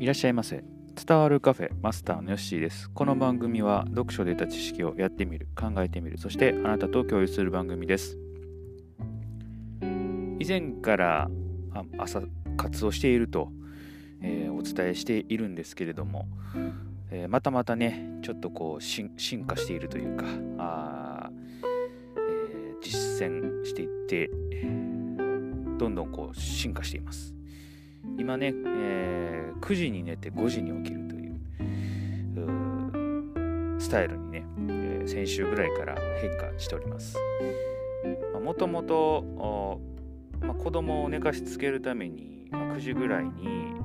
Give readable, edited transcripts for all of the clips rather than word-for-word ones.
いらっしゃいませ。伝わるカフェマスターのヨッシーです。この番組は読書で得た知識をやってみる、考えてみる、そしてあなたと共有する番組です。以前から朝活をしていると、お伝えしているんですけれども、またねちょっと進化しているというか実践していってどんどん進化しています。今ね、9時に寝て5時に起きるというスタイルにね、先週ぐらいから変化しております。もともと子供を寝かしつけるために、9時ぐらいに、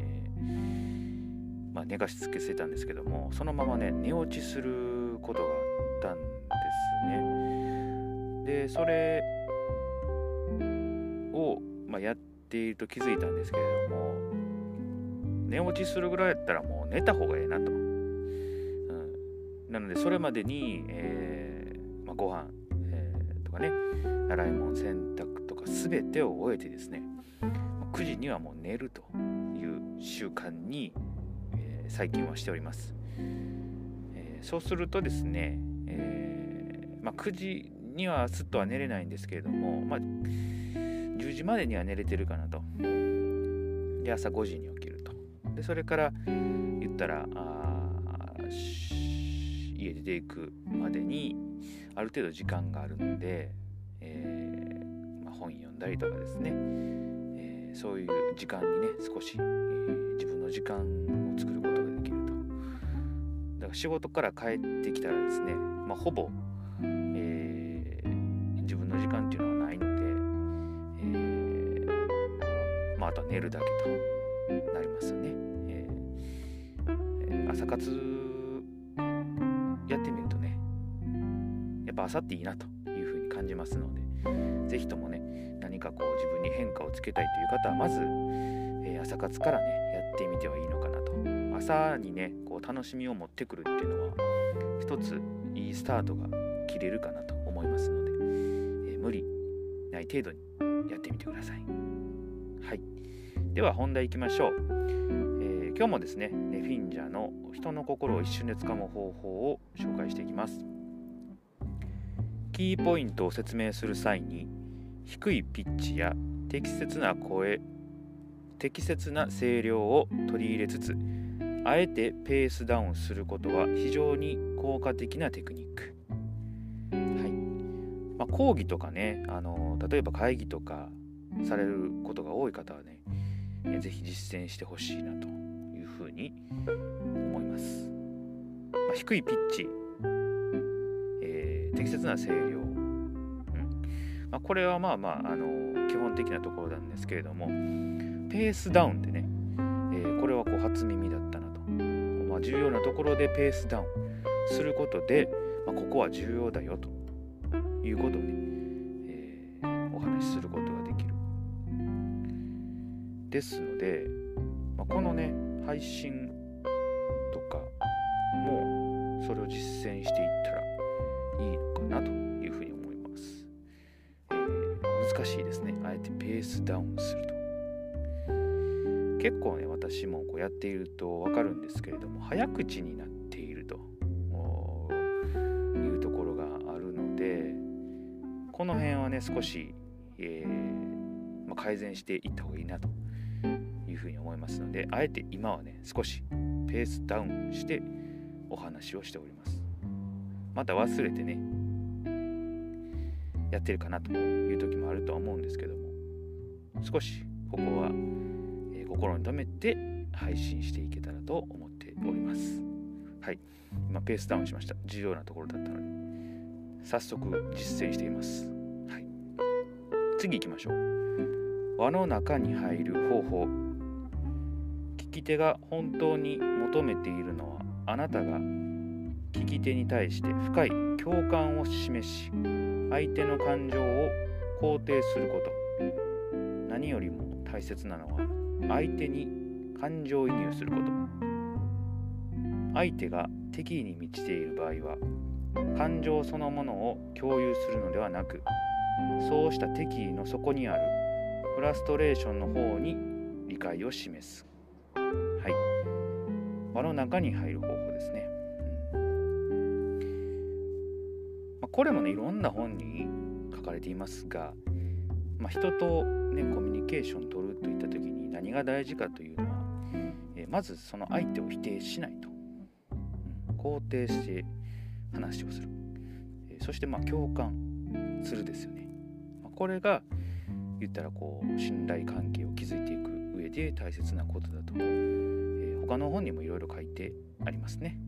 寝かしつけてたんですけども、そのままね寝落ちすることがあったんですね。でそれを、やっていると気づいたんですけれども、寝落ちするぐらいだったらもう寝た方がええなと、なのでそれまでに、ご飯、とかね、洗い物、洗濯とか全てを終えてですね、9時にはもう寝るという習慣に、最近はしております。そうするとですね、9時にはすっとは寝れないんですけれども、10時までには寝れてるかなと。で朝5時に起きると。でそれから言ったら家出ていくまでにある程度時間があるので、本読んだりとかですね、そういう時間にね少し、自分の時間を作ることができると。だから仕事から帰ってきたらですね、ほぼ、自分の時間っていうのはないので、あとは寝るだけとなりますよね。朝活やってみるとね、やっぱ朝っていいなというふうに感じますので、ぜひともね何か自分に変化をつけたいという方はまず、朝活からねやってみてはいいのかなと。朝にね楽しみを持ってくるっていうのは一ついいスタートが切れるかなと思いますので、無理ない程度にやってみてください。はい、では本題いきましょう。今日もですねフィンジャーの人の心を一瞬でつかむ方法を紹介していきます。キーポイントを説明する際に低いピッチや適切な声量を取り入れつつ、あえてペースダウンすることは非常に効果的なテクニック。はい、講義とかね、例えば会議とかされることが多い方はね、ぜひ実践してほしいなというふうに思います。低いピッチ、適切な声量、これは基本的なところなんですけれども、ペースダウンってね、これは初耳だったなと。重要なところでペースダウンすることで、ここは重要だよということをね、お話しすることができる。ですので、このね配信とかもそれを実践していったらいいのかなというふうに思います。難しいですね。あえてペースダウンすると。結構ね私もやっていると分かるんですけれども、早口になっているというところがあるので、この辺はね少し、改善していった方がいいなというふうに思いますので、あえて今はね少しペースダウンしてお話をしております。また忘れてねやってるかなという時もあるとは思うんですけども、少しここは、心に留めて配信していけたらと思っております。はい、今ペースダウンしました。重要なところだったので早速実践しています。はい、次行きましょう。輪の中に入る方法。聞き手が本当に求めているのは、あなたが聞き手に対して深い共感を示し、相手の感情を肯定すること。何よりも大切なのは相手に感情移入すること。相手が敵意に満ちている場合は、感情そのものを共有するのではなく、そうした敵意の底にあるフラストレーションの方に理解を示す。はい、 輪の中に入る方法ですね。これもねいろんな本に書かれていますが、人と、ね、コミュニケーションを取るといった時に何が大事かというのは、まずその相手を否定しないと、肯定して話をする、そして共感するですよね。これが言ったら信頼関係を築いていく上で大切なことだと、他の本にもいろいろ書いてありますね。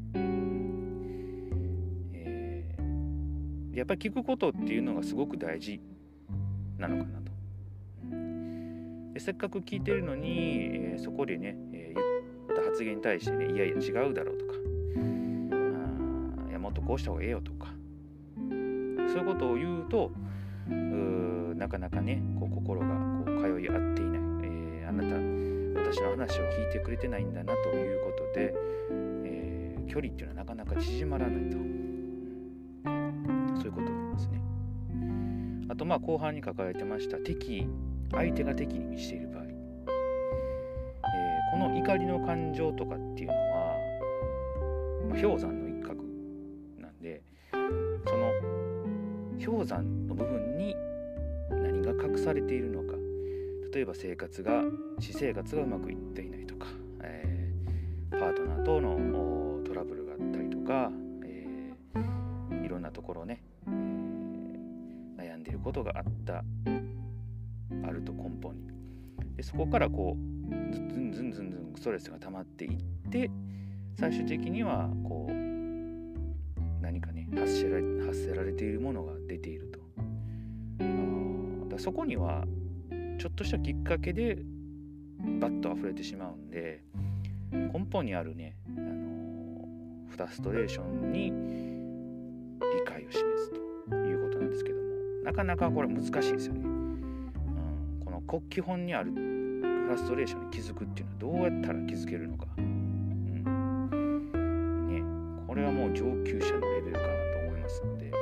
やっぱり聞くことっていうのがすごく大事なのかなと。でせっかく聞いてるのに、そこでね、言った発言に対してね、いやいや違うだろうとか、いやもっとこうした方がええよとか、そういうことを言うとなかなかね心が通い合っていない、あなた私の話を聞いてくれてないんだなということで、距離っていうのはなかなか縮まらないと、そういうことがありますね。あと後半に書かれてました相手が敵に満ちている場合、この怒りの感情とかっていうのは、氷山の一角なんで、その氷山の部分に何が隠されているのか、例えば私生活がうまくいっていないとか、パートナーとのトラブルがあったりとか、いろんなところね、悩んでいることがあると根本に、でそこからずんずんストレスが溜まっていって、最終的には何かね発せられているものが出ていると。だそこにはちょっとしたきっかけでバッと溢れてしまうんで、根本にあるね、フラストレーションに理解を示すということなんですけども、なかなかこれ難しいですよね。この基本にあるフラストレーションに気づくっていうのはどうやったら気づけるのか、これはもう上級者のレベルかなと思いますので、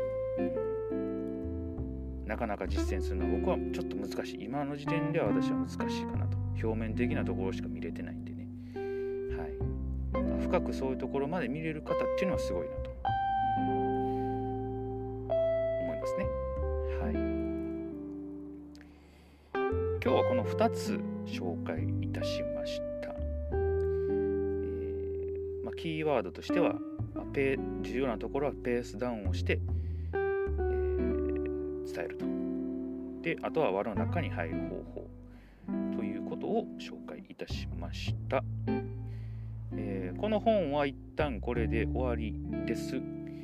なかなか実践するのは僕はちょっと難しい。今の時点では私は難しいかなと。表面的なところしか見れてないんでね、深くそういうところまで見れる方っていうのはすごいなと思いますね。今日はこの2つ紹介いたしました。キーワードとしては、重要なところはペースダウンをして、伝えると。で、あとは輪の中に入る方法ということを紹介いたしました。この本は一旦これで終わりです。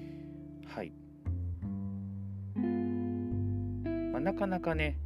なかなかね、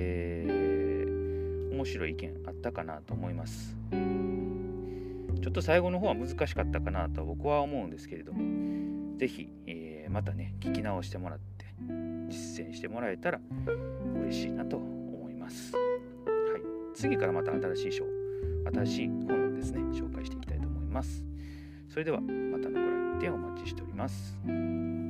面白い意見あったかなと思います。ちょっと最後の方は難しかったかなと僕は思うんですけれども、ぜひ、またね聞き直してもらって実践してもらえたら嬉しいなと思います。次からまた新しい本をですね紹介していきたいと思います。それではまたのご来店お待ちしております。